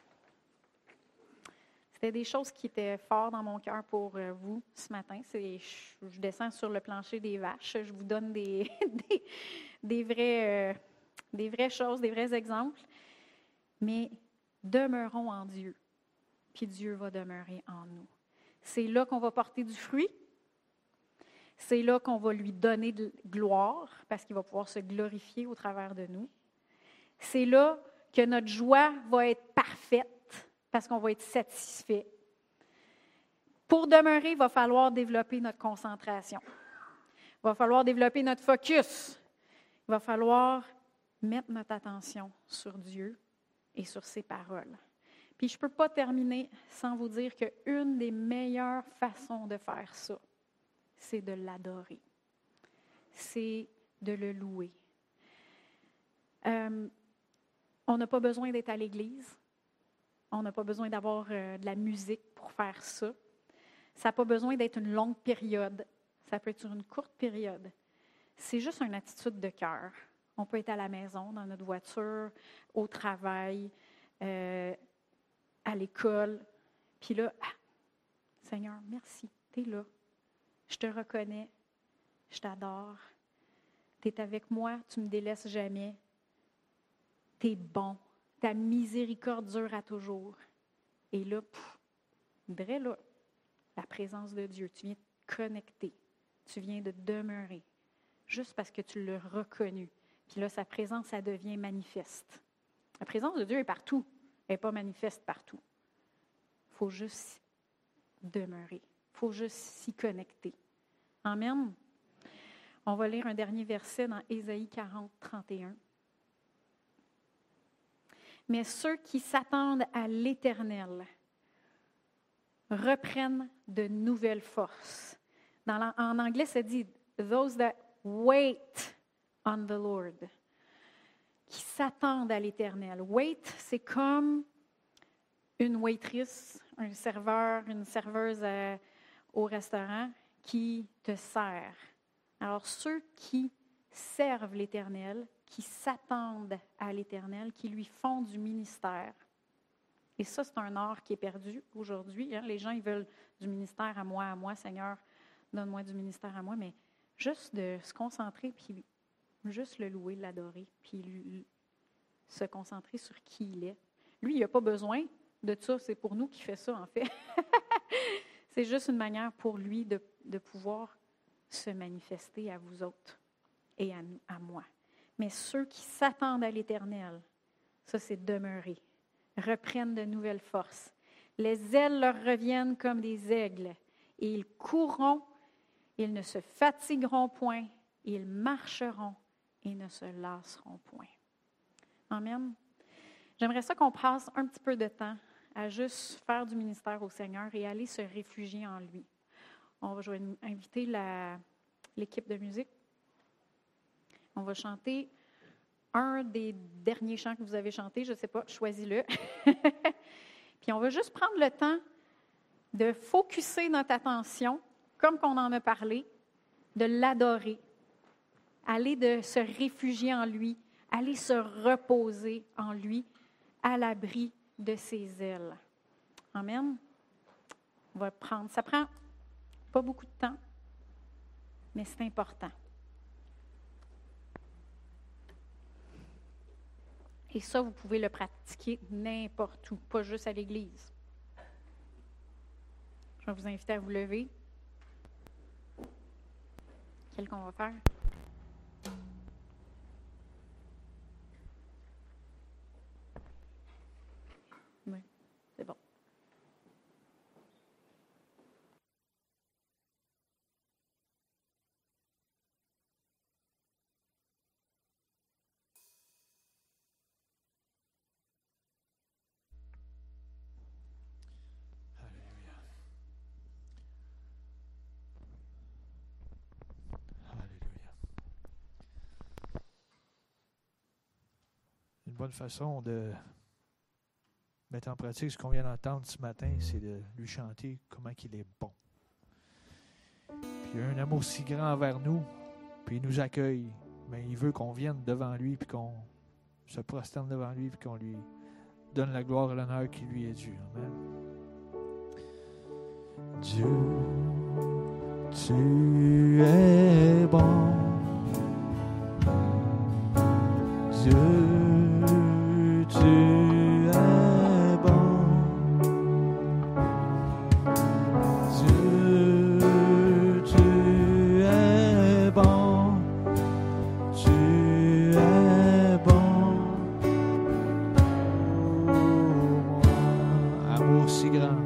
c'était des choses qui étaient fortes dans mon cœur pour vous ce matin. C'est, je, je descends sur le plancher des vaches, je vous donne des, des, des, vrais, euh, des vraies choses, des vrais exemples. Mais demeurons en Dieu, puis Dieu va demeurer en nous. C'est là qu'on va porter du fruit. C'est là qu'on va lui donner de gloire, parce qu'il va pouvoir se glorifier au travers de nous. C'est là que notre joie va être parfaite, parce qu'on va être satisfait. Pour demeurer, il va falloir développer notre concentration. Il va falloir développer notre focus. Il va falloir mettre notre attention sur Dieu et sur ses paroles. Puis je ne peux pas terminer sans vous dire qu'une des meilleures façons de faire ça, c'est de l'adorer. C'est de le louer. Euh, on n'a pas besoin d'être à l'église. On n'a pas besoin d'avoir euh, de la musique pour faire ça. Ça n'a pas besoin d'être une longue période. Ça peut être sur une courte période. C'est juste une attitude de cœur. On peut être à la maison, dans notre voiture, au travail, euh, à l'école. Puis là, ah, Seigneur, merci, tu es là. Je te reconnais, je t'adore. Tu es avec moi, tu ne me délaisses jamais. Tu es bon. Ta miséricorde dure à toujours. Et là, pff, vrai là, la présence de Dieu, tu viens te connecter. Tu viens de demeurer. Juste parce que tu l'as reconnu. Puis là, sa présence, ça devient manifeste. La présence de Dieu est partout. Elle n'est pas manifeste partout. Il faut juste demeurer. Il faut juste s'y connecter. Amen. On va lire un dernier verset dans Ésaïe quarante, trente et un. Mais ceux qui s'attendent à l'Éternel reprennent de nouvelles forces. Dans la, en anglais, ça dit « those that wait on the Lord », qui s'attendent à l'Éternel. Wait, c'est comme une waitress, un serveur, une serveuse à, au restaurant qui te sert. Alors, ceux qui servent l'Éternel, qui s'attendent à l'Éternel, qui lui font du ministère. Et ça, c'est un art qui est perdu aujourd'hui. Hein? Les gens, ils veulent du ministère à moi, à moi, Seigneur, donne-moi du ministère à moi, mais juste de se concentrer, puis juste le louer, l'adorer, puis lui, se concentrer sur qui il est. Lui, il n'a pas besoin de ça, c'est pour nous qu'il fait ça, en fait. C'est juste une manière pour lui de, de pouvoir se manifester à vous autres et à, à moi. Mais ceux qui s'attendent à l'Éternel, ça c'est demeurer, reprennent de nouvelles forces. Les ailes leur reviennent comme des aigles, et ils courront, ils ne se fatigueront point, ils marcheront et ne se lasseront point. Amen. J'aimerais ça qu'on passe un petit peu de temps à juste faire du ministère au Seigneur et aller se réfugier en lui. On va, je vais inviter la, l'équipe de musique. On va chanter un des derniers chants que vous avez chantés, je ne sais pas, choisis-le. Puis on va juste prendre le temps de focusser notre attention, comme qu'on en a parlé, de l'adorer, aller de se réfugier en lui, aller se reposer en lui, à l'abri de ses ailes. Amen. On va prendre, ça prend pas beaucoup de temps, mais c'est important. Et ça, vous pouvez le pratiquer n'importe où, pas juste à l'église. Je vais vous inviter à vous lever. Quel qu'on va faire? Oui, c'est bon. Une bonne façon de mettre en pratique ce qu'on vient d'entendre ce matin, c'est de lui chanter comment il est bon. Puis il a un amour si grand envers nous, puis il nous accueille, mais il veut qu'on vienne devant lui, puis qu'on se prosterne devant lui, puis qu'on lui donne la gloire et l'honneur qui lui est dû. Amen. Dieu, tu es bon. Dieu, tu es bon. Dieu, tu es bon. Tu es bon. Oh, moi, amour si grand.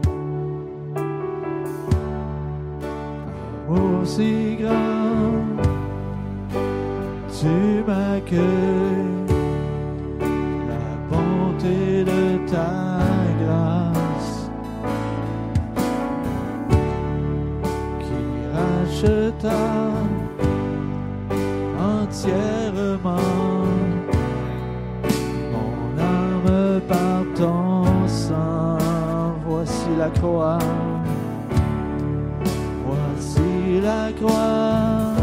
Amour si grand. Tu m'accueilles. De ta grâce qui racheta en entièrement mon âme par ton sang. Voici la croix, voici la croix,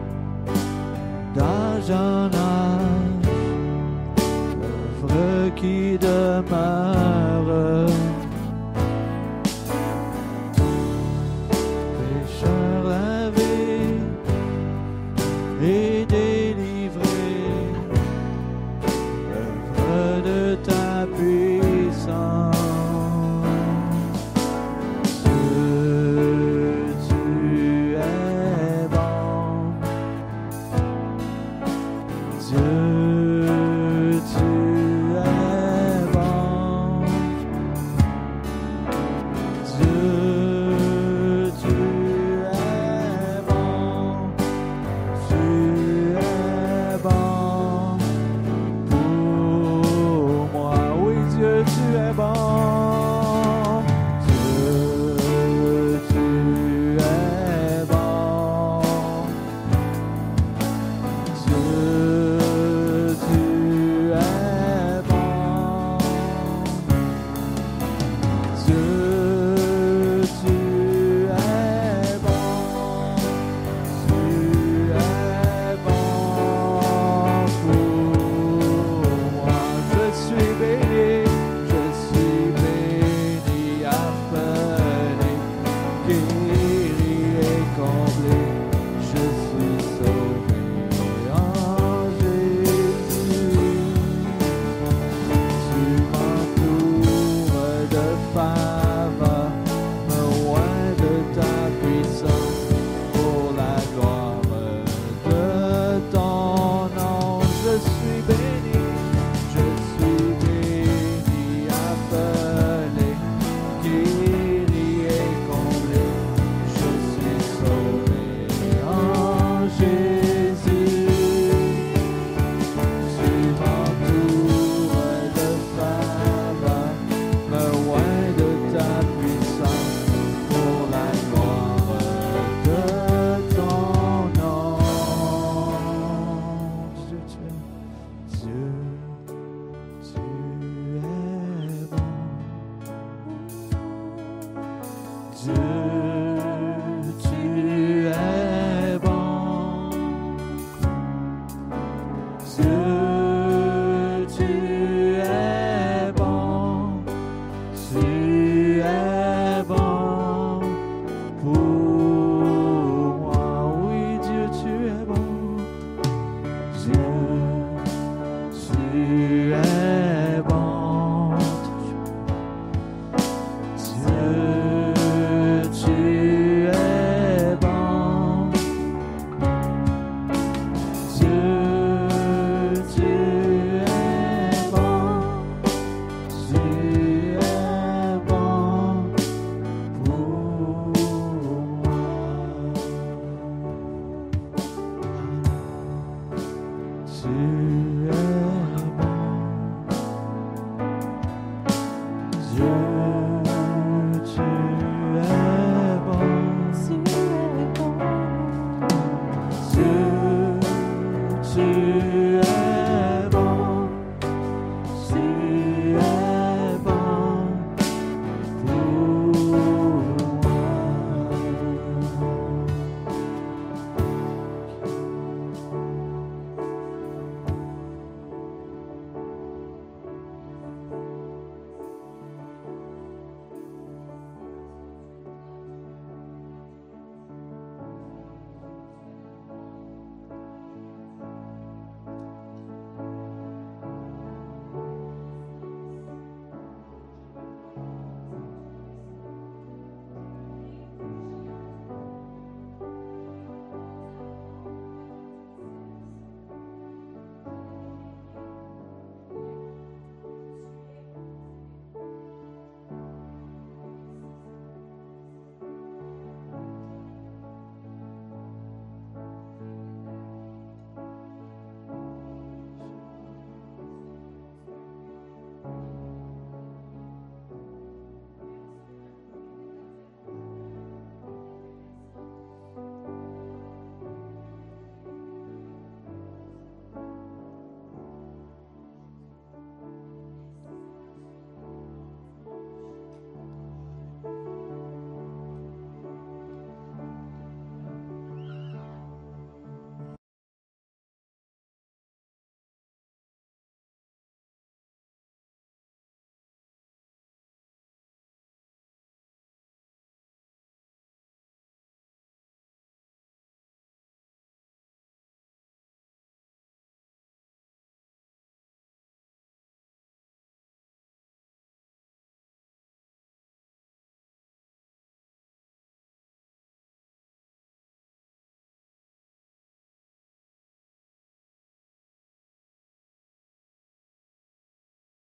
d'âge en âge, œuvre qui demeure. Pécheur lavé et délivré, œuvre de ta puissance.